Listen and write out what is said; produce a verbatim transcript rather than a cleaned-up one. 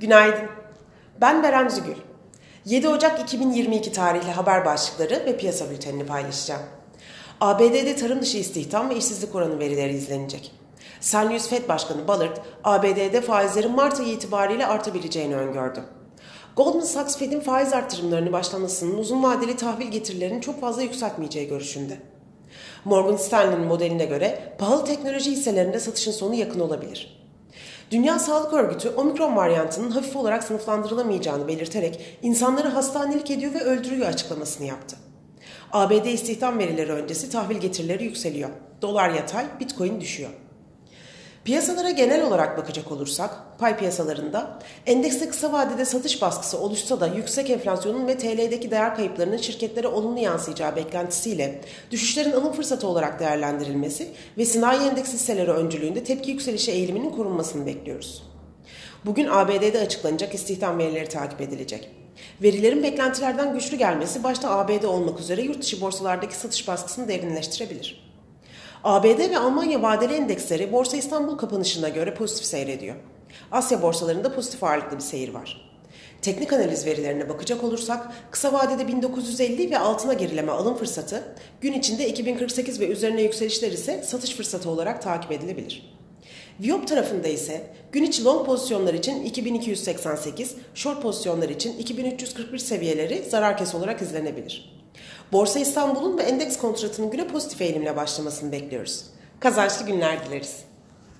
Günaydın. Ben Beren Zügül. yedi Ocak iki bin yirmi iki tarihli haber başlıkları ve piyasa bültenini paylaşacağım. A B D'de tarım dışı istihdam ve işsizlik oranı verileri izlenecek. Sen Louis Fed Başkanı Bullard, A B D'de faizlerin Mart ayı itibariyle artabileceğini öngördü. Goldman Sachs, Fed'in faiz artırımlarını başlamasının uzun vadeli tahvil getirilerini çok fazla yükseltmeyeceği görüşünde. Morgan Stanley'nin modeline göre pahalı teknoloji hisselerinde satışın sonu yakın olabilir. Dünya Sağlık Örgütü, omikron varyantının hafif olarak sınıflandırılamayacağını belirterek insanları hastanelik ediyor ve öldürüyor açıklamasını yaptı. A B D istihdam verileri öncesi tahvil getirileri yükseliyor. Dolar yatay, Bitcoin düşüyor. Piyasalara genel olarak bakacak olursak, pay piyasalarında endekste kısa vadede satış baskısı oluşsa da yüksek enflasyonun ve T L'deki değer kayıplarının şirketlere olumlu yansıyacağı beklentisiyle düşüşlerin alım fırsatı olarak değerlendirilmesi ve sanayi endeks hisseleri öncülüğünde tepki yükselişi eğiliminin korunmasını bekliyoruz. Bugün A B D'de açıklanacak istihdam verileri takip edilecek. Verilerin beklentilerden güçlü gelmesi başta A B D olmak üzere yurt dışı borsalardaki satış baskısını derinleştirebilir. A B D ve Almanya vadeli endeksleri Borsa İstanbul kapanışına göre pozitif seyrediyor. Asya borsalarında pozitif ağırlıklı bir seyir var. Teknik analiz verilerine bakacak olursak kısa vadede bin dokuz yüz elli ve altına gerileme alım fırsatı, gün içinde iki bin kırk sekiz ve üzerine yükselişler ise satış fırsatı olarak takip edilebilir. Viyop tarafında ise gün içi long pozisyonlar için iki bin iki yüz seksen sekiz, short pozisyonlar için iki bin üç yüz kırk bir seviyeleri zarar kes olarak izlenebilir. Borsa İstanbul'un ve endeks kontratının güne pozitif eğilimle başlamasını bekliyoruz. Kazançlı günler dileriz.